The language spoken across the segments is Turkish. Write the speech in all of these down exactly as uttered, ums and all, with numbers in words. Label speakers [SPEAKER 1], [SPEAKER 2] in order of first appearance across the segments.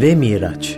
[SPEAKER 1] ve Miraç.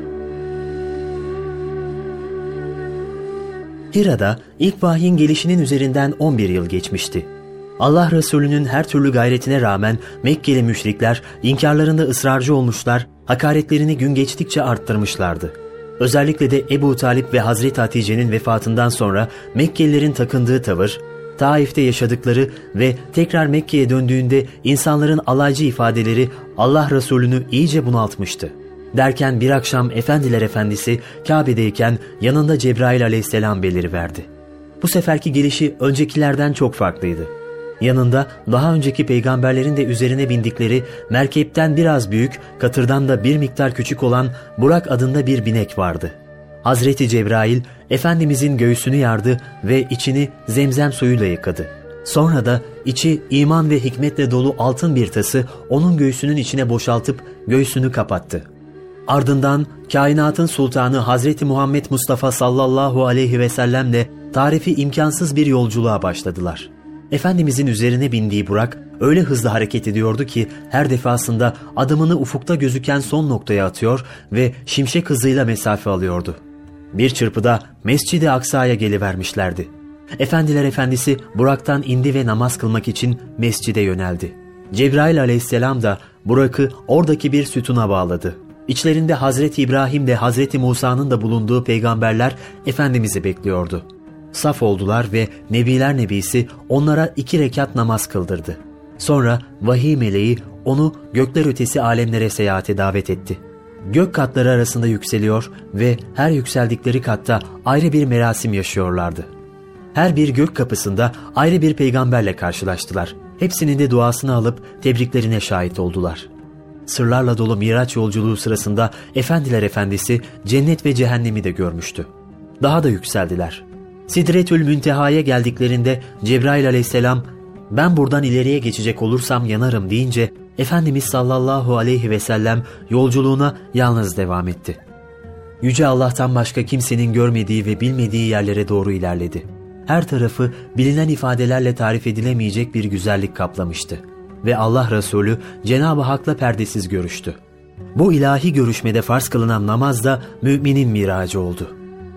[SPEAKER 1] Hira'da ilk vahyin gelişinin üzerinden on bir yıl geçmişti. Allah Resulü'nün her türlü gayretine rağmen Mekkeli müşrikler inkarlarında ısrarcı olmuşlar, hakaretlerini gün geçtikçe arttırmışlardı. Özellikle de Ebu Talip ve Hazreti Hatice'nin vefatından sonra Mekkelilerin takındığı tavır, Taif'te yaşadıkları ve tekrar Mekke'ye döndüğünde insanların alaycı ifadeleri Allah Resulü'nü iyice bunaltmıştı. Derken bir akşam Efendiler Efendisi Kabe'deyken yanında Cebrail aleyhisselam beliriverdi. Bu seferki gelişi öncekilerden çok farklıydı. Yanında daha önceki peygamberlerin de üzerine bindikleri merkepten biraz büyük, katırdan da bir miktar küçük olan Burak adında bir binek vardı. Hazreti Cebrail Efendimizin göğsünü yardı ve içini zemzem suyuyla yıkadı. Sonra da içi iman ve hikmetle dolu altın bir tası onun göğsünün içine boşaltıp göğsünü kapattı. Ardından kainatın sultanı Hazreti Muhammed Mustafa sallallahu aleyhi ve sellemle tarifi imkansız bir yolculuğa başladılar. Efendimizin üzerine bindiği Burak öyle hızlı hareket ediyordu ki her defasında adımını ufukta gözüken son noktaya atıyor ve şimşek hızıyla mesafe alıyordu. Bir çırpıda Mescid-i Aksa'ya gelivermişlerdi. Efendiler Efendisi Burak'tan indi ve namaz kılmak için mescide yöneldi. Cebrail aleyhisselam da Burak'ı oradaki bir sütuna bağladı. İçlerinde Hazreti İbrahim ve Hazreti Musa'nın da bulunduğu peygamberler Efendimiz'i bekliyordu. Saf oldular ve Nebiler Nebisi onlara iki rekat namaz kıldırdı. Sonra vahiy meleği onu gökler ötesi alemlere seyahate davet etti. Gök katları arasında yükseliyor ve her yükseldikleri katta ayrı bir merasim yaşıyorlardı. Her bir gök kapısında ayrı bir peygamberle karşılaştılar. Hepsinin de duasını alıp tebriklerine şahit oldular. Sırlarla dolu Miraç yolculuğu sırasında Efendiler Efendisi cennet ve cehennemi de görmüştü. Daha da yükseldiler. Sidretül Münteha'ya geldiklerinde Cebrail aleyhisselam "Ben buradan ileriye geçecek olursam yanarım" deyince Efendimiz sallallahu aleyhi ve sellem yolculuğuna yalnız devam etti. Yüce Allah'tan başka kimsenin görmediği ve bilmediği yerlere doğru ilerledi. Her tarafı bilinen ifadelerle tarif edilemeyecek bir güzellik kaplamıştı. Ve Allah Resulü Cenab-ı Hak'la perdesiz görüştü. Bu ilahi görüşmede farz kılınan namaz da müminin miracı oldu.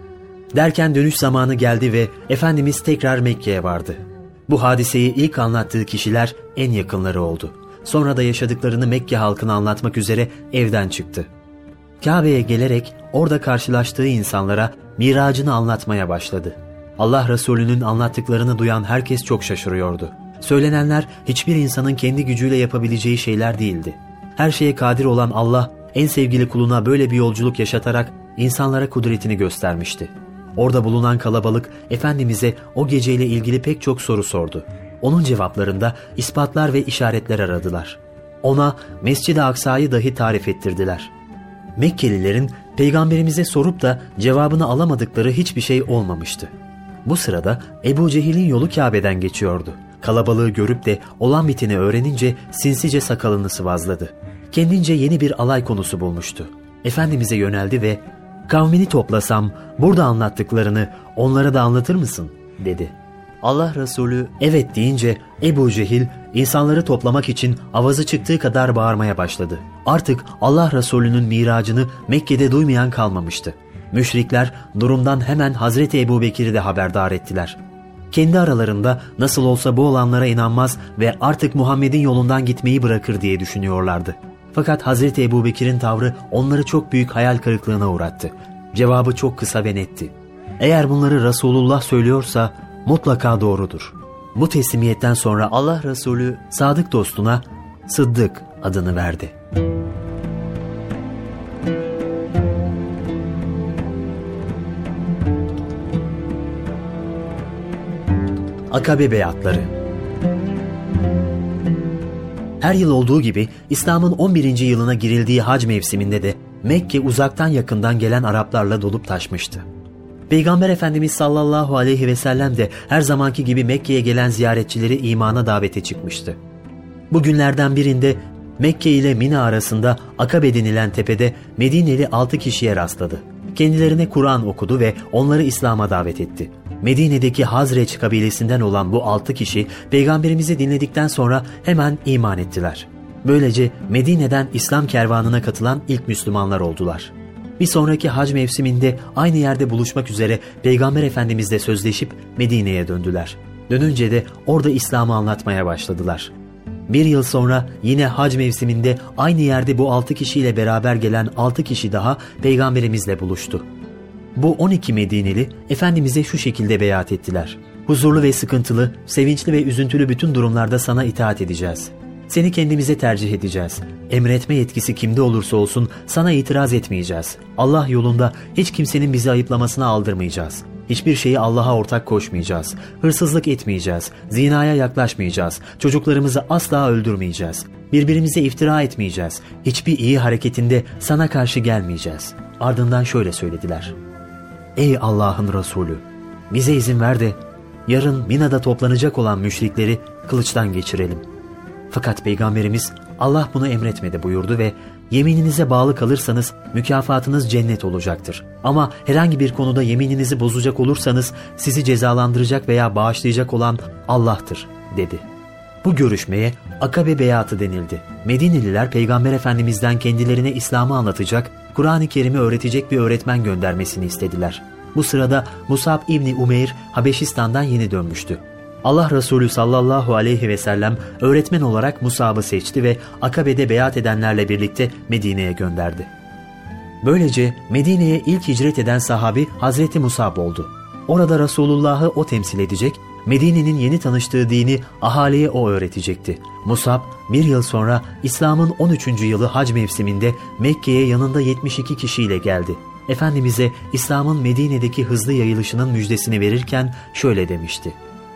[SPEAKER 1] Derken dönüş zamanı geldi ve Efendimiz tekrar Mekke'ye vardı. Bu hadiseyi ilk anlattığı kişiler en yakınları oldu. Sonra da yaşadıklarını Mekke halkına anlatmak üzere evden çıktı. Kabe'ye gelerek orada karşılaştığı insanlara miracını anlatmaya başladı. Allah Resulü'nün anlattıklarını duyan herkes çok şaşırıyordu. Söylenenler hiçbir insanın kendi gücüyle yapabileceği şeyler değildi. Her şeye kadir olan Allah en sevgili kuluna böyle bir yolculuk yaşatarak insanlara kudretini göstermişti. Orada bulunan kalabalık Efendimiz'e o geceyle ilgili pek çok soru sordu. Onun cevaplarında ispatlar ve işaretler aradılar. Ona Mescid-i Aksa'yı dahi tarif ettirdiler. Mekkelilerin peygamberimize sorup da cevabını alamadıkları hiçbir şey olmamıştı. Bu sırada Ebu Cehil'in yolu Kabe'den geçiyordu. Kalabalığı görüp de olan biteni öğrenince sinsice sakalını sıvazladı. Kendince yeni bir alay konusu bulmuştu. Efendimiz'e yöneldi ve "Kavmini toplasam burada anlattıklarını onlara da anlatır mısın?" dedi. Allah Resulü evet deyince Ebu Cehil insanları toplamak için avazı çıktığı kadar bağırmaya başladı. Artık Allah Resulü'nün miracını Mekke'de duymayan kalmamıştı. Müşrikler durumdan hemen Hazreti Ebubekir'i de haberdar ettiler. Kendi aralarında nasıl olsa bu olanlara inanmaz ve artık Muhammed'in yolundan gitmeyi bırakır diye düşünüyorlardı. Fakat Hazreti Ebubekir'in tavrı onları çok büyük hayal kırıklığına uğrattı. Cevabı çok kısa ve netti. Eğer bunları Resulullah söylüyorsa mutlaka doğrudur. Bu teslimiyetten sonra Allah Resulü sadık dostuna Sıddık adını verdi. Akabe Beyatları. Her yıl olduğu gibi İslam'ın on birinci yılına girildiği hac mevsiminde de Mekke uzaktan yakından gelen Araplarla dolup taşmıştı. Peygamber Efendimiz sallallahu aleyhi ve sellem de her zamanki gibi Mekke'ye gelen ziyaretçileri imana davete çıkmıştı. Bu günlerden birinde Mekke ile Mina arasında Akabe denilen tepede Medineli altı kişiye rastladı. Kendilerine Kur'an okudu ve onları İslam'a davet etti. Medine'deki Hazreç kabilesinden olan bu altı kişi Peygamberimizi dinledikten sonra hemen iman ettiler. Böylece Medine'den İslam kervanına katılan ilk Müslümanlar oldular. Bir sonraki hac mevsiminde aynı yerde buluşmak üzere Peygamber Efendimizle sözleşip Medine'ye döndüler. Dönünce de orada İslam'ı anlatmaya başladılar. Bir yıl sonra yine hac mevsiminde aynı yerde bu altı kişiyle beraber gelen altı kişi daha Peygamberimizle buluştu. Bu on iki Medineli Efendimiz'e şu şekilde beyat ettiler. Huzurlu ve sıkıntılı, sevinçli ve üzüntülü bütün durumlarda sana itaat edeceğiz. Seni kendimize tercih edeceğiz. Emretme yetkisi kimde olursa olsun sana itiraz etmeyeceğiz. Allah yolunda hiç kimsenin bizi ayıplamasına aldırmayacağız. Hiçbir şeyi Allah'a ortak koşmayacağız. Hırsızlık etmeyeceğiz. Zinaya yaklaşmayacağız. Çocuklarımızı asla öldürmeyeceğiz. Birbirimize iftira etmeyeceğiz. Hiçbir iyi hareketinde sana karşı gelmeyeceğiz. Ardından şöyle söylediler. Ey Allah'ın Resulü! Bize izin ver de yarın Mina'da toplanacak olan müşrikleri kılıçtan geçirelim. Fakat Peygamberimiz Allah bunu emretmedi buyurdu ve yemininize bağlı kalırsanız mükafatınız cennet olacaktır. Ama herhangi bir konuda yemininizi bozacak olursanız sizi cezalandıracak veya bağışlayacak olan Allah'tır dedi. Bu görüşmeye Akabe Beyatı denildi. Medineliler Peygamber Efendimiz'den kendilerine İslam'ı anlatacak, Kur'an-ı Kerim'i öğretecek bir öğretmen göndermesini istediler. Bu sırada Musab İbni Umeyr Habeşistan'dan yeni dönmüştü. Allah Resulü sallallahu aleyhi ve sellem öğretmen olarak Musab'ı seçti ve Akabe'de beyat edenlerle birlikte Medine'ye gönderdi. Böylece Medine'ye ilk hicret eden sahabi Hazreti Musab oldu. Orada Resulullah'ı o temsil edecek, Medine'nin yeni tanıştığı dini ahaliye o öğretecekti. Musab bir yıl sonra İslam'ın on üçüncü yılı hac mevsiminde Mekke'ye yanında yetmiş iki kişiyle geldi. Efendimiz'e İslam'ın Medine'deki hızlı yayılışının müjdesini verirken şöyle demişti.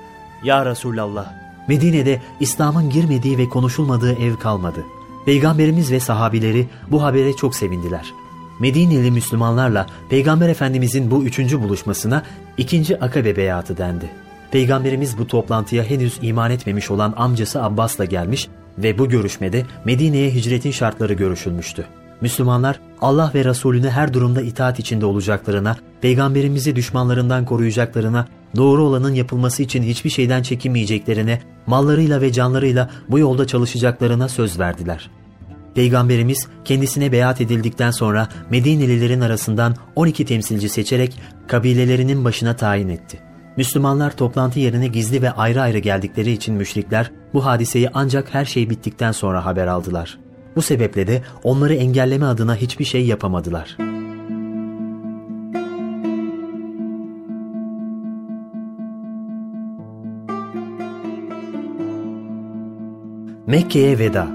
[SPEAKER 1] Ya Resulallah, Medine'de İslam'ın girmediği ve konuşulmadığı ev kalmadı. Peygamberimiz ve sahabileri bu habere çok sevindiler. Medineli Müslümanlarla Peygamber Efendimizin bu üçüncü buluşmasına ikinci Akabe Beyatı dendi. Peygamberimiz bu toplantıya henüz iman etmemiş olan amcası Abbas'la gelmiş ve bu görüşmede Medine'ye hicretin şartları görüşülmüştü. Müslümanlar Allah ve Resulüne her durumda itaat içinde olacaklarına, Peygamberimizi düşmanlarından koruyacaklarına, doğru olanın yapılması için hiçbir şeyden çekinmeyeceklerine, mallarıyla ve canlarıyla bu yolda çalışacaklarına söz verdiler. Peygamberimiz kendisine beyat edildikten sonra Medinelilerin arasından on iki temsilci seçerek kabilelerinin başına tayin etti. Müslümanlar toplantı yerine gizli ve ayrı ayrı geldikleri için müşrikler bu hadiseyi ancak her şey bittikten sonra haber aldılar. Bu sebeple de onları engelleme adına hiçbir şey yapamadılar. Mekke'ye veda.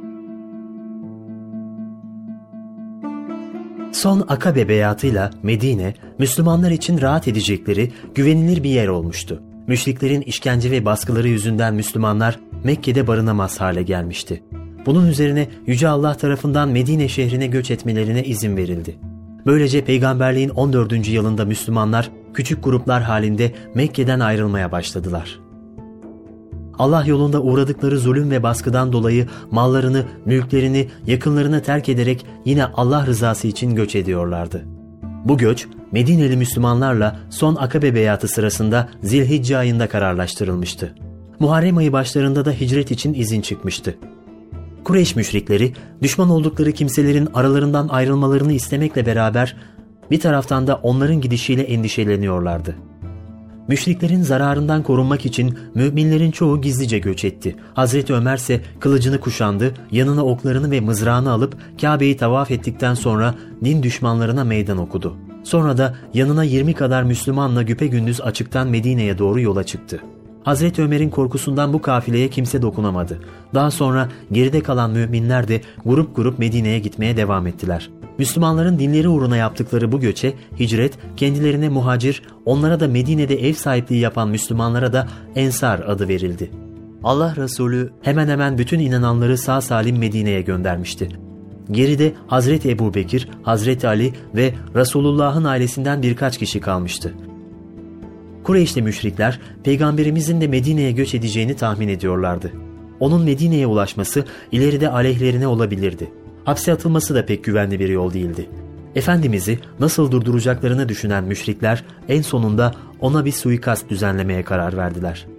[SPEAKER 1] Son Akabe beyatıyla Medine, Müslümanlar için rahat edecekleri güvenilir bir yer olmuştu. Müşriklerin işkence ve baskıları yüzünden Müslümanlar Mekke'de barınamaz hale gelmişti. Bunun üzerine Yüce Allah tarafından Medine şehrine göç etmelerine izin verildi. Böylece peygamberliğin on dördüncü yılında Müslümanlar küçük gruplar halinde Mekke'den ayrılmaya başladılar. Allah yolunda uğradıkları zulüm ve baskıdan dolayı mallarını, mülklerini, yakınlarını terk ederek yine Allah rızası için göç ediyorlardı. Bu göç Medineli Müslümanlarla son Akabe beyatı sırasında Zilhicce ayında kararlaştırılmıştı. Muharrem ayı başlarında da hicret için izin çıkmıştı. Kureyş müşrikleri düşman oldukları kimselerin aralarından ayrılmalarını istemekle beraber bir taraftan da onların gidişiyle endişeleniyorlardı. Müşriklerin zararından korunmak için müminlerin çoğu gizlice göç etti. Hazreti Ömer ise kılıcını kuşandı, yanına oklarını ve mızrağını alıp Kabe'yi tavaf ettikten sonra din düşmanlarına meydan okudu. Sonra da yanına yirmi kadar Müslümanla güpegündüz açıktan Medine'ye doğru yola çıktı. Hazreti Ömer'in korkusundan bu kafileye kimse dokunamadı. Daha sonra geride kalan müminler de grup grup Medine'ye gitmeye devam ettiler. Müslümanların dinleri uğruna yaptıkları bu göçe hicret, kendilerine muhacir, onlara da Medine'de ev sahipliği yapan Müslümanlara da Ensar adı verildi. Allah Resulü hemen hemen bütün inananları sağ salim Medine'ye göndermişti. Geride Hazreti Ebubekir, Hazreti Ali ve Resulullah'ın ailesinden birkaç kişi kalmıştı. Kureyşli müşrikler Peygamberimizin de Medine'ye göç edeceğini tahmin ediyorlardı. Onun Medine'ye ulaşması ileride aleyhlerine olabilirdi. Hapse atılması da pek güvenli bir yol değildi. Efendimiz'i nasıl durduracaklarını düşünen müşrikler en sonunda ona bir suikast düzenlemeye karar verdiler.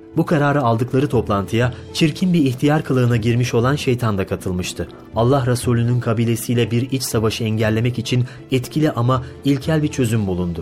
[SPEAKER 1] Bu kararı aldıkları toplantıya çirkin bir ihtiyar kılığına girmiş olan şeytan da katılmıştı. Allah Resulü'nün kabilesiyle bir iç savaşı engellemek için etkili ama ilkel bir çözüm bulundu.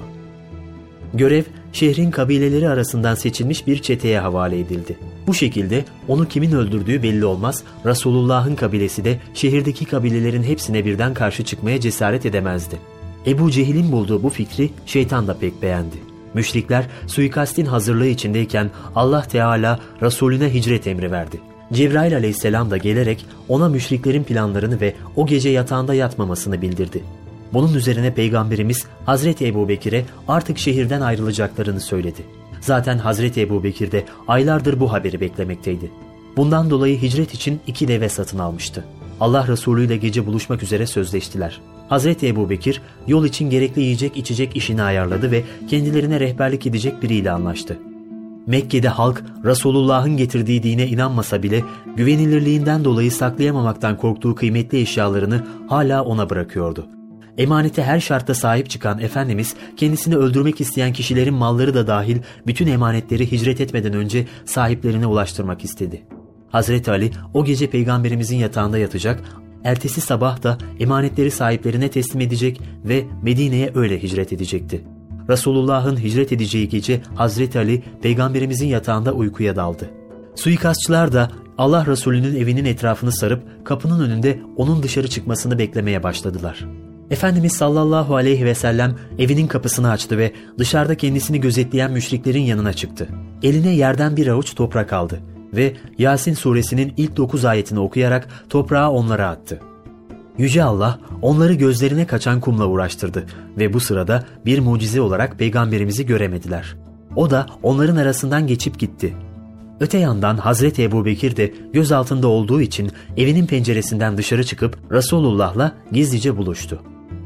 [SPEAKER 1] Görev, şehrin kabileleri arasından seçilmiş bir çeteye havale edildi. Bu şekilde onu kimin öldürdüğü belli olmaz, Resulullah'ın kabilesi de şehirdeki kabilelerin hepsine birden karşı çıkmaya cesaret edemezdi. Ebu Cehil'in bulduğu bu fikri şeytan da pek beğendi. Müşrikler suikastin hazırlığı içindeyken Allah Teala Resulüne hicret emri verdi. Cebrail aleyhisselam da gelerek ona müşriklerin planlarını ve o gece yatağında yatmamasını bildirdi. Bunun üzerine Peygamberimiz Hazreti Ebubekir'e artık şehirden ayrılacaklarını söyledi. Zaten Hazreti Ebubekir de aylardır bu haberi beklemekteydi. Bundan dolayı hicret için iki deve satın almıştı. Allah Resulü ile gece buluşmak üzere sözleştiler. Hazreti Ebubekir yol için gerekli yiyecek içecek işini ayarladı ve kendilerine rehberlik edecek biriyle anlaştı. Mekke'de halk Resulullah'ın getirdiği dine inanmasa bile güvenilirliğinden dolayı saklayamamaktan korktuğu kıymetli eşyalarını hala ona bırakıyordu. Emanete her şartta sahip çıkan Efendimiz kendisini öldürmek isteyen kişilerin malları da dahil bütün emanetleri hicret etmeden önce sahiplerine ulaştırmak istedi. Hazreti Ali o gece Peygamberimizin yatağında yatacak, ertesi sabah da emanetleri sahiplerine teslim edecek ve Medine'ye öyle hicret edecekti. Resulullah'ın hicret edeceği gece Hazreti Ali Peygamberimizin yatağında uykuya daldı. Suikastçılar da Allah Resulü'nün evinin etrafını sarıp kapının önünde onun dışarı çıkmasını beklemeye başladılar. Efendimiz sallallahu aleyhi ve sellem evinin kapısını açtı ve dışarıda kendisini gözetleyen müşriklerin yanına çıktı. Eline yerden bir avuç toprak aldı ve Yasin suresinin ilk dokuz ayetini okuyarak toprağı onlara attı. Yüce Allah onları gözlerine kaçan kumla uğraştırdı ve bu sırada bir mucize olarak Peygamberimizi göremediler. O da onların arasından geçip gitti. Öte yandan Hazreti Ebubekir de göz altında olduğu için evinin penceresinden dışarı çıkıp Resulullah'la gizlice buluştu.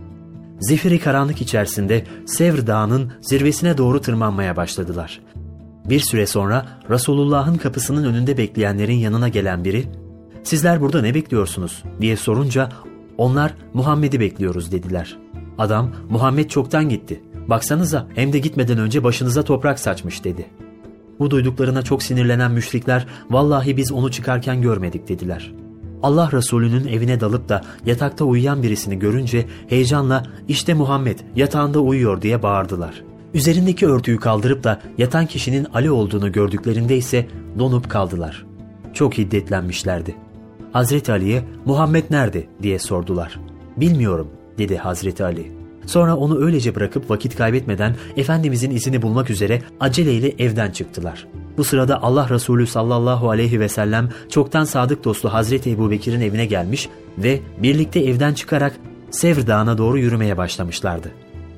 [SPEAKER 1] Zifiri karanlık içerisinde Sevr Dağı'nın zirvesine doğru tırmanmaya başladılar. Bir süre sonra Resulullah'ın kapısının önünde bekleyenlerin yanına gelen biri, "Sizler burada ne bekliyorsunuz?" diye sorunca onlar "Muhammed'i bekliyoruz" dediler. Adam, "Muhammed çoktan gitti. Baksanıza hem de gitmeden önce başınıza toprak saçmış" dedi. Bu duyduklarına çok sinirlenen müşrikler, "Vallahi biz onu çıkarken görmedik" dediler. Allah Resulü'nün evine dalıp da yatakta uyuyan birisini görünce heyecanla "İşte Muhammed yatağında uyuyor" diye bağırdılar. Üzerindeki örtüyü kaldırıp da yatan kişinin Ali olduğunu gördüklerinde ise donup kaldılar. Çok hiddetlenmişlerdi. Hazreti Ali'ye "Muhammed nerede?" diye sordular. "Bilmiyorum" dedi Hazreti Ali. Sonra onu öylece bırakıp vakit kaybetmeden Efendimizin izini bulmak üzere aceleyle evden çıktılar. Bu sırada Allah Resulü sallallahu aleyhi ve sellem çoktan sadık dostu Hazreti Ebubekir'in evine gelmiş ve birlikte evden çıkarak Sevr Dağı'na doğru yürümeye başlamışlardı.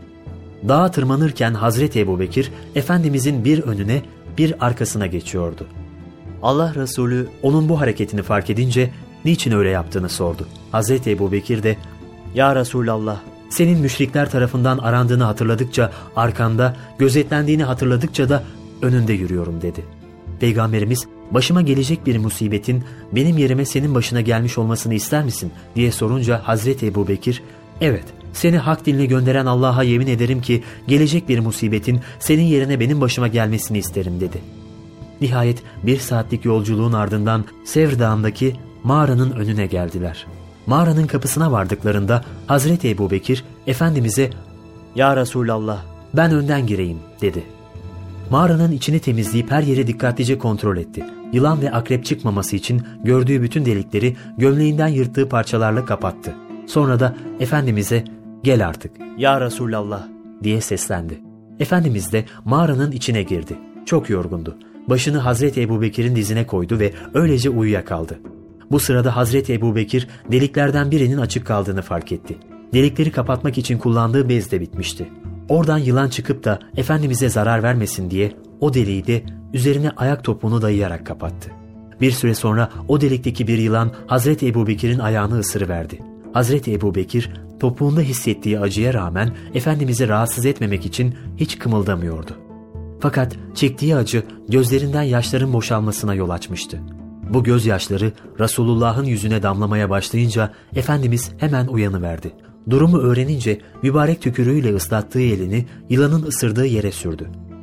[SPEAKER 1] Dağa tırmanırken Hazreti Ebubekir Efendimizin bir önüne bir arkasına geçiyordu. Allah Resulü onun bu hareketini fark edince niçin öyle yaptığını sordu. Hazreti Ebubekir de "Ya Resulallah, senin müşrikler tarafından arandığını hatırladıkça arkanda, gözetlendiğini hatırladıkça da önünde yürüyorum" dedi. Peygamberimiz "Başıma gelecek bir musibetin benim yerime senin başına gelmiş olmasını ister misin?" diye sorunca Hazreti Ebubekir "Evet, seni hak dinle gönderen Allah'a yemin ederim ki gelecek bir musibetin senin yerine benim başıma gelmesini isterim" dedi. Nihayet bir saatlik yolculuğun ardından Sevr Dağı'ndaki mağaranın önüne geldiler. Mağaranın kapısına vardıklarında Hazreti Ebubekir Efendimiz'e "Ya Resulallah, ben önden gireyim" dedi. Mağaranın içini temizleyip her yeri dikkatlice kontrol etti. Yılan ve akrep çıkmaması için gördüğü bütün delikleri gömleğinden yırttığı parçalarla kapattı. Sonra da Efendimiz'e "Gel artık, ya Resulallah" diye seslendi. Efendimiz de mağaranın içine girdi. Çok yorgundu. Başını Hazreti Ebubekir'in dizine koydu ve öylece uyuyakaldı. Bu sırada Hazreti Ebubekir deliklerden birinin açık kaldığını fark etti. Delikleri kapatmak için kullandığı bez de bitmişti. Oradan yılan çıkıp da Efendimiz'e zarar vermesin diye o deliği de üzerine ayak topuğunu dayayarak kapattı. Bir süre sonra o delikteki bir yılan Hazreti Ebubekir'in ayağını ısırıverdi. Hazreti Ebubekir topuğunda hissettiği acıya rağmen Efendimiz'i rahatsız etmemek için hiç kımıldamıyordu. Fakat çektiği acı gözlerinden yaşların boşalmasına yol açmıştı. Bu gözyaşları Resulullah'ın yüzüne damlamaya başlayınca Efendimiz hemen uyanıverdi. Durumu öğrenince mübarek tükürüğüyle ıslattığı elini yılanın ısırdığı yere sürdü.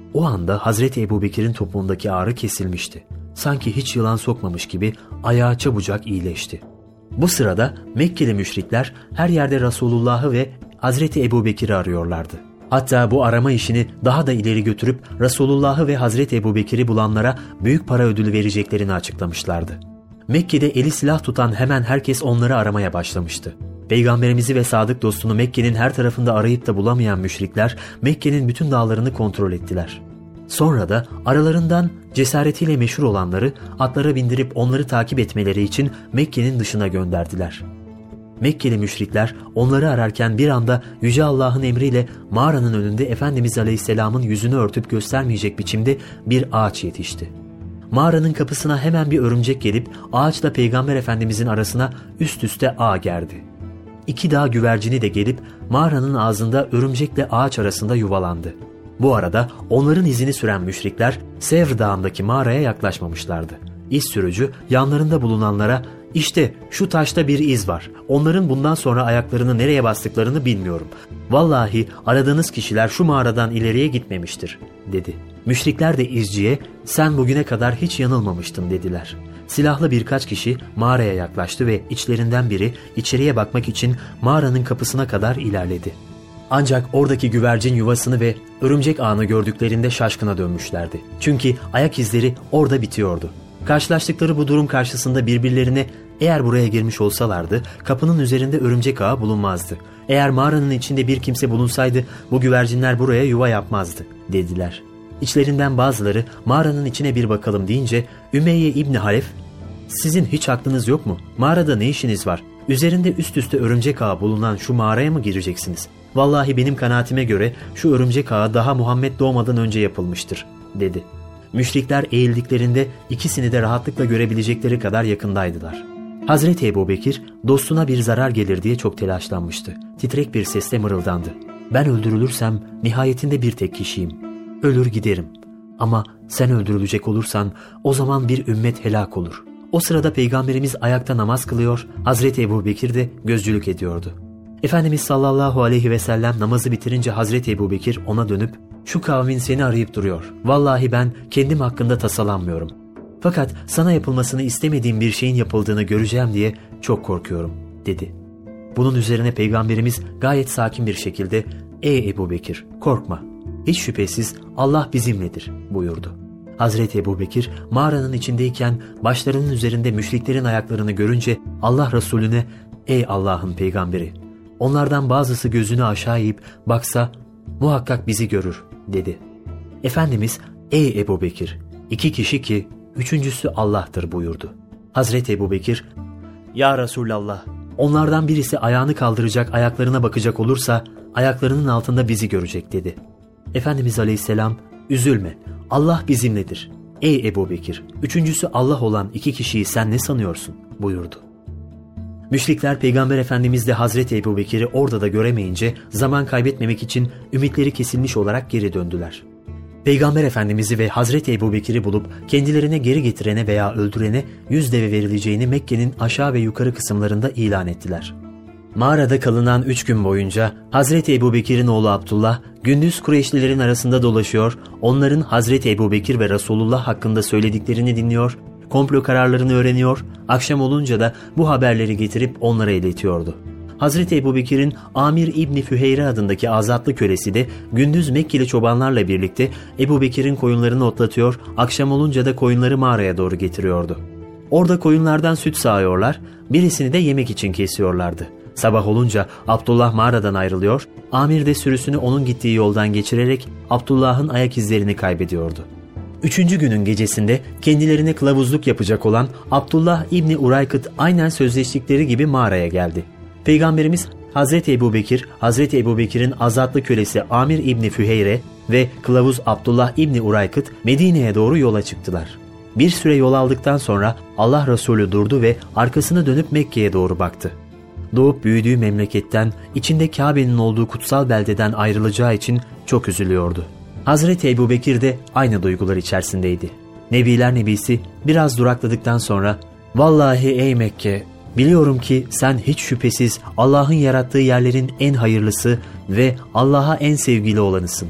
[SPEAKER 1] O anda Hazreti Ebubekir'in topuğundaki ağrı kesilmişti. Sanki hiç yılan sokmamış gibi ayağı çabucak iyileşti. Bu sırada Mekkeli müşrikler her yerde Resulullah'ı ve Hazreti Ebubekir'i arıyorlardı. Hatta bu arama işini daha da ileri götürüp Resulullah'ı ve Hazreti Ebubekir'i bulanlara büyük para ödülü vereceklerini açıklamışlardı. Mekke'de eli silah tutan hemen herkes onları aramaya başlamıştı. Peygamberimizi ve sadık dostunu Mekke'nin her tarafında arayıp da bulamayan müşrikler Mekke'nin bütün dağlarını kontrol ettiler. Sonra da aralarından cesaretiyle meşhur olanları atlara bindirip onları takip etmeleri için Mekke'nin dışına gönderdiler. Mekkeli müşrikler onları ararken bir anda Yüce Allah'ın emriyle mağaranın önünde Efendimiz Aleyhisselam'ın yüzünü örtüp göstermeyecek biçimde bir ağaç yetişti. Mağaranın kapısına hemen bir örümcek gelip ağaçla Peygamber Efendimizin arasına üst üste ağ gerdi. İki dağ güvercini de gelip mağaranın ağzında örümcekle ağaç arasında yuvalandı. Bu arada onların izini süren müşrikler Sevr Dağı'ndaki mağaraya yaklaşmamışlardı. İz sürücü yanlarında bulunanlara "İşte şu taşta bir iz var. Onların bundan sonra ayaklarını nereye bastıklarını bilmiyorum. Vallahi aradığınız kişiler şu mağaradan ileriye gitmemiştir," dedi. Müşrikler de izciye "Sen bugüne kadar hiç yanılmamıştın," dediler. Silahlı birkaç kişi mağaraya yaklaştı ve içlerinden biri içeriye bakmak için mağaranın kapısına kadar ilerledi. Ancak oradaki güvercin yuvasını ve örümcek ağını gördüklerinde şaşkına dönmüşlerdi. Çünkü ayak izleri orada bitiyordu. Karşılaştıkları bu durum karşısında birbirlerine "Eğer buraya girmiş olsalardı kapının üzerinde örümcek ağı bulunmazdı. Eğer mağaranın içinde bir kimse bulunsaydı bu güvercinler buraya yuva yapmazdı," dediler. İçlerinden bazıları "Mağaranın içine bir bakalım," deyince Ümeyye İbni Halef "Sizin hiç aklınız yok mu? Mağarada ne işiniz var? Üzerinde üst üste örümcek ağı bulunan şu mağaraya mı gireceksiniz? Vallahi benim kanaatime göre şu örümcek ağı daha Muhammed doğmadan önce yapılmıştır," dedi. Müşrikler eğildiklerinde ikisini de rahatlıkla görebilecekleri kadar yakındaydılar. Hazreti Ebubekir dostuna bir zarar gelir diye çok telaşlanmıştı. Titrek bir sesle mırıldandı. "Ben öldürülürsem nihayetinde bir tek kişiyim. Ölür giderim. Ama sen öldürülecek olursan o zaman bir ümmet helak olur." O sırada Peygamberimiz ayakta namaz kılıyor, Hazreti Ebubekir de gözcülük ediyordu. Efendimiz sallallahu aleyhi ve sellem namazı bitirince Hazreti Ebubekir ona dönüp "Şu kavmin seni arayıp duruyor. Vallahi ben kendim hakkında tasalanmıyorum. Fakat sana yapılmasını istemediğim bir şeyin yapıldığını göreceğim diye çok korkuyorum," dedi. Bunun üzerine Peygamberimiz gayet sakin bir şekilde "Ey Ebubekir, korkma. Hiç şüphesiz Allah bizimledir," buyurdu. Hazreti Ebubekir mağaranın içindeyken başlarının üzerinde müşriklerin ayaklarını görünce Allah Resulüne "Ey Allah'ın peygamberi, onlardan bazısı gözünü aşağı eğip baksa muhakkak bizi görür," dedi. Efendimiz "Ey Ebubekir, iki kişi ki üçüncüsü Allah'tır," buyurdu. Hazreti Ebubekir "Ya Resulallah, onlardan birisi ayağını kaldıracak, ayaklarına bakacak olursa ayaklarının altında bizi görecek," dedi. Efendimiz Aleyhisselam "Üzülme, Allah bizimledir. Ey Ebubekir, üçüncüsü Allah olan iki kişiyi sen ne sanıyorsun?" buyurdu. Müşrikler Peygamber Efendimiz de Hazreti Ebubekir'i orada da göremeyince zaman kaybetmemek için ümitleri kesilmiş olarak geri döndüler. Peygamber Efendimiz'i ve Hazreti Ebubekir'i bulup kendilerine geri getirene veya öldürene yüz deve verileceğini Mekke'nin aşağı ve yukarı kısımlarında ilan ettiler. Mağarada kalınan üç gün boyunca Hazreti Ebubekir'in oğlu Abdullah gündüz Kureyşlilerin arasında dolaşıyor, onların Hazreti Ebubekir ve Resulullah hakkında söylediklerini dinliyor, komplo kararlarını öğreniyor, akşam olunca da bu haberleri getirip onlara iletiyordu. Hazreti Ebubekir'in Amir İbni Füheyre adındaki azatlı kölesi de gündüz Mekkeli çobanlarla birlikte Ebubekir'in koyunlarını otlatıyor, akşam olunca da koyunları mağaraya doğru getiriyordu. Orada koyunlardan süt sağıyorlar, birisini de yemek için kesiyorlardı. Sabah olunca Abdullah mağaradan ayrılıyor, Amir de sürüsünü onun gittiği yoldan geçirerek Abdullah'ın ayak izlerini kaybediyordu. Üçüncü günün gecesinde kendilerine kılavuzluk yapacak olan Abdullah İbni Uraykıt aynen sözleştikleri gibi mağaraya geldi. Peygamberimiz Hazreti Ebubekir, Hazreti Ebubekir'in azatlı kölesi Amir İbni Füheyre ve kılavuz Abdullah İbni Uraykıt Medine'ye doğru yola çıktılar. Bir süre yol aldıktan sonra Allah Resulü durdu ve arkasını dönüp Mekke'ye doğru baktı. Doğup büyüdüğü memleketten, içinde Kabe'nin olduğu kutsal beldeden ayrılacağı için çok üzülüyordu. Hazreti Ebubekir de aynı duygular içerisindeydi. Nebiler Nebisi biraz durakladıktan sonra "Vallahi ey Mekke, biliyorum ki sen hiç şüphesiz Allah'ın yarattığı yerlerin en hayırlısı ve Allah'a en sevgili olanısın.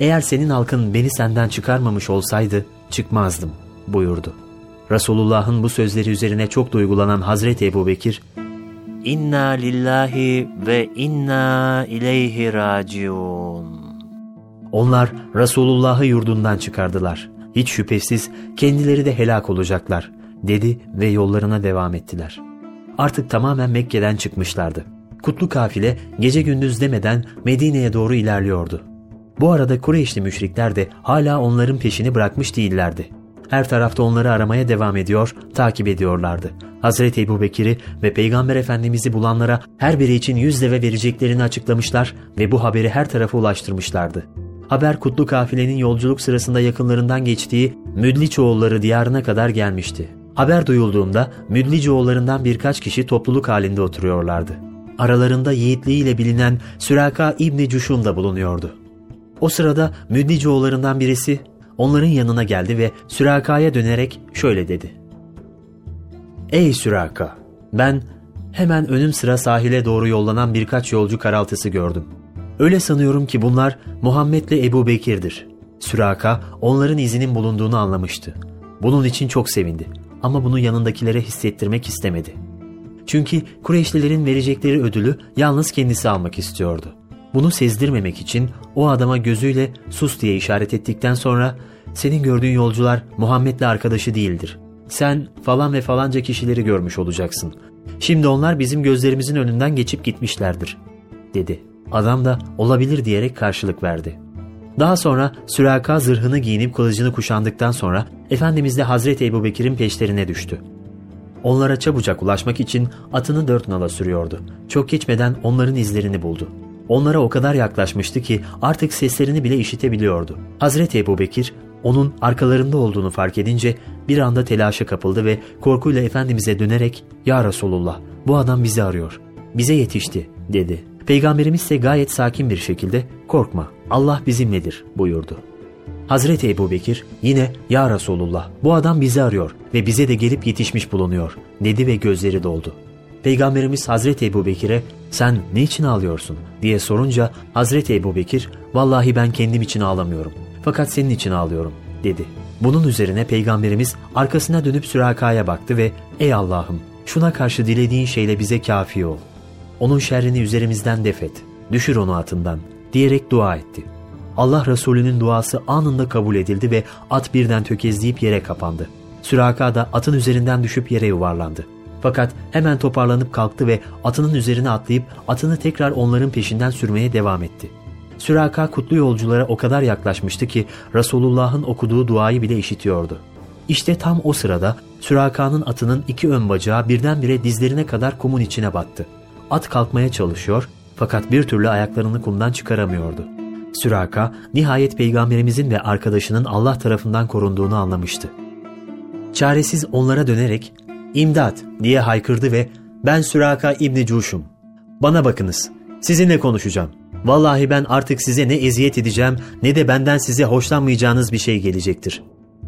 [SPEAKER 1] Eğer senin halkın beni senden çıkarmamış olsaydı çıkmazdım buyurdu. Resulullah'ın bu sözleri üzerine çok duygulanan Hazreti Ebubekir, İnna lillahi ve inna ileyhi raciun. Onlar Resulullah'ı yurdundan çıkardılar. Hiç şüphesiz kendileri de helak olacaklar dedi ve yollarına devam ettiler. Artık tamamen Mekke'den çıkmışlardı. Kutlu kafile gece gündüz demeden Medine'ye doğru ilerliyordu. Bu arada Kureyşli müşrikler de hala onların peşini bırakmış değillerdi. Her tarafta onları aramaya devam ediyor, takip ediyorlardı. Hazreti Ebubekir'i ve Peygamber Efendimiz'i bulanlara her biri için yüz deve vereceklerini açıklamışlar ve bu haberi her tarafa ulaştırmışlardı. Haber Kutlu kafilenin yolculuk sırasında yakınlarından geçtiği Müdliçoğulları diyarına kadar gelmişti. Haber duyulduğunda Müdliçoğullarından birkaç kişi topluluk halinde oturuyorlardı. Aralarında yiğitliğiyle bilinen Süraka İbni Cuşum da bulunuyordu. O sırada Müdliçoğullarından birisi onların yanına geldi ve Süraka'ya dönerek şöyle dedi. Ey Süraka! Ben hemen önüm sıra sahile doğru yollanan birkaç yolcu karaltısı gördüm. Öyle sanıyorum ki bunlar Muhammed'le Ebu Bekir'dir. Süraka onların izinin bulunduğunu anlamıştı. Bunun için çok sevindi ama bunu yanındakilere hissettirmek istemedi. Çünkü Kureyşlilerin verecekleri ödülü yalnız kendisi almak istiyordu. Bunu sezdirmemek için o adama gözüyle sus diye işaret ettikten sonra senin gördüğün yolcular Muhammed'le arkadaşı değildir. Sen falan ve falanca kişileri görmüş olacaksın. Şimdi onlar bizim gözlerimizin önünden geçip gitmişlerdir dedi. Adam da olabilir diyerek karşılık verdi. Daha sonra Süraka zırhını giyinip kılıcını kuşandıktan sonra Efendimiz de Hazreti Ebubekir'in peşlerine düştü. Onlara çabucak ulaşmak için atını dört nala sürüyordu. Çok geçmeden onların izlerini buldu. Onlara o kadar yaklaşmıştı ki artık seslerini bile işitebiliyordu. Hazreti Ebubekir onun arkalarında olduğunu fark edince bir anda telaşa kapıldı ve korkuyla Efendimiz'e dönerek ''Ya Resulullah, bu adam bizi arıyor, bize yetişti'' dedi. Peygamberimiz ise gayet sakin bir şekilde ''Korkma, Allah bizimledir'' buyurdu. Hazreti Ebubekir yine ''Ya Resulullah, bu adam bizi arıyor ve bize de gelip yetişmiş bulunuyor'' dedi ve gözleri doldu. Peygamberimiz Hazreti Ebubekir'e ''Sen ne için ağlıyorsun?'' diye sorunca Hazreti Ebubekir ''Vallahi ben kendim için ağlamıyorum, fakat senin için ağlıyorum'' dedi. Bunun üzerine Peygamberimiz arkasına dönüp Süraka'ya baktı ve ''Ey Allah'ım, şuna karşı dilediğin şeyle bize kafi ol. Onun şerrini üzerimizden defet, düşür onu atından'' diyerek dua etti. Allah Resulü'nün duası anında kabul edildi ve at birden tökezleyip yere kapandı. Süraka da atın üzerinden düşüp yere yuvarlandı. Fakat hemen toparlanıp kalktı ve atının üzerine atlayıp atını tekrar onların peşinden sürmeye devam etti. Süraka kutlu yolculara o kadar yaklaşmıştı ki Resulullah'ın okuduğu duayı bile işitiyordu. İşte tam o sırada Süraka'nın atının iki ön bacağı birdenbire dizlerine kadar kumun içine battı. At kalkmaya çalışıyor fakat bir türlü ayaklarını kumdan çıkaramıyordu. Süraka nihayet Peygamberimizin ve arkadaşının Allah tarafından korunduğunu anlamıştı. Çaresiz onlara dönerek ''İmdat!'' diye haykırdı ve ''Ben Süraka İbni Cuşum. Bana bakınız, sizinle konuşacağım. Vallahi ben artık size ne eziyet edeceğim ne de benden size hoşlanmayacağınız bir şey gelecektir.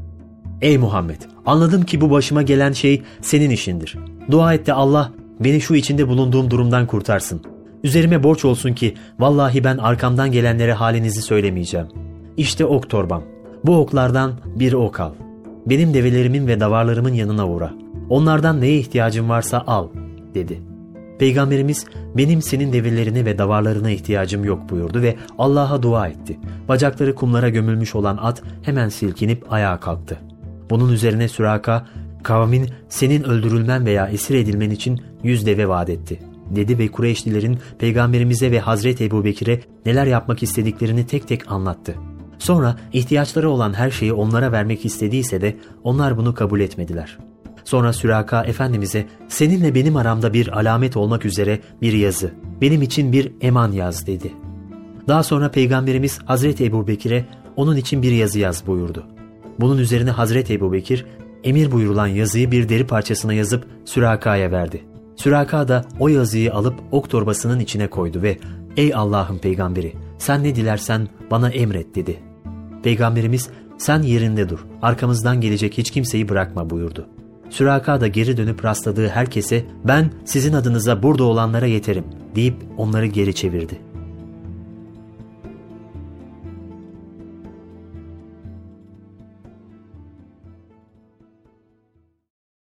[SPEAKER 1] Ey Muhammed! Anladım ki bu başıma gelen şey senin işindir. Dua et de Allah beni şu içinde bulunduğum durumdan kurtarsın. Üzerime borç olsun ki vallahi ben arkamdan gelenlere halinizi söylemeyeceğim. İşte ok torbam. Bu oklardan bir ok al. Benim develerimin ve davarlarımın yanına uğra. Onlardan neye ihtiyacın varsa al, dedi. Peygamberimiz benim senin develerine ve davarlarına ihtiyacım yok buyurdu ve Allah'a dua etti. Bacakları kumlara gömülmüş olan at hemen silkinip ayağa kalktı. Bunun üzerine Süraka, kavmin senin öldürülmen veya esir edilmen için yüz deve vaat etti, dedi ve Kureyşlilerin Peygamberimize ve Hazreti Ebubekir'e neler yapmak istediklerini tek tek anlattı. Sonra ihtiyaçları olan her şeyi onlara vermek istediyse de onlar bunu kabul etmediler. Sonra Süraka Efendimiz'e seninle benim aramda bir alamet olmak üzere bir yazı, benim için bir eman yaz dedi. Daha sonra Peygamberimiz Hazreti Ebubekir'e onun için bir yazı yaz buyurdu. Bunun üzerine Hazreti Ebubekir emir buyurulan yazıyı bir deri parçasına yazıp Süraka'ya verdi. Süraka da o yazıyı alıp ok torbasının içine koydu ve ''Ey Allah'ın peygamberi, sen ne dilersen bana emret'' dedi. Peygamberimiz ''Sen yerinde dur, arkamızdan gelecek hiç kimseyi bırakma'' buyurdu. Süraka da geri dönüp rastladığı herkese ''Ben sizin adınıza burada olanlara yeterim'' deyip onları geri çevirdi.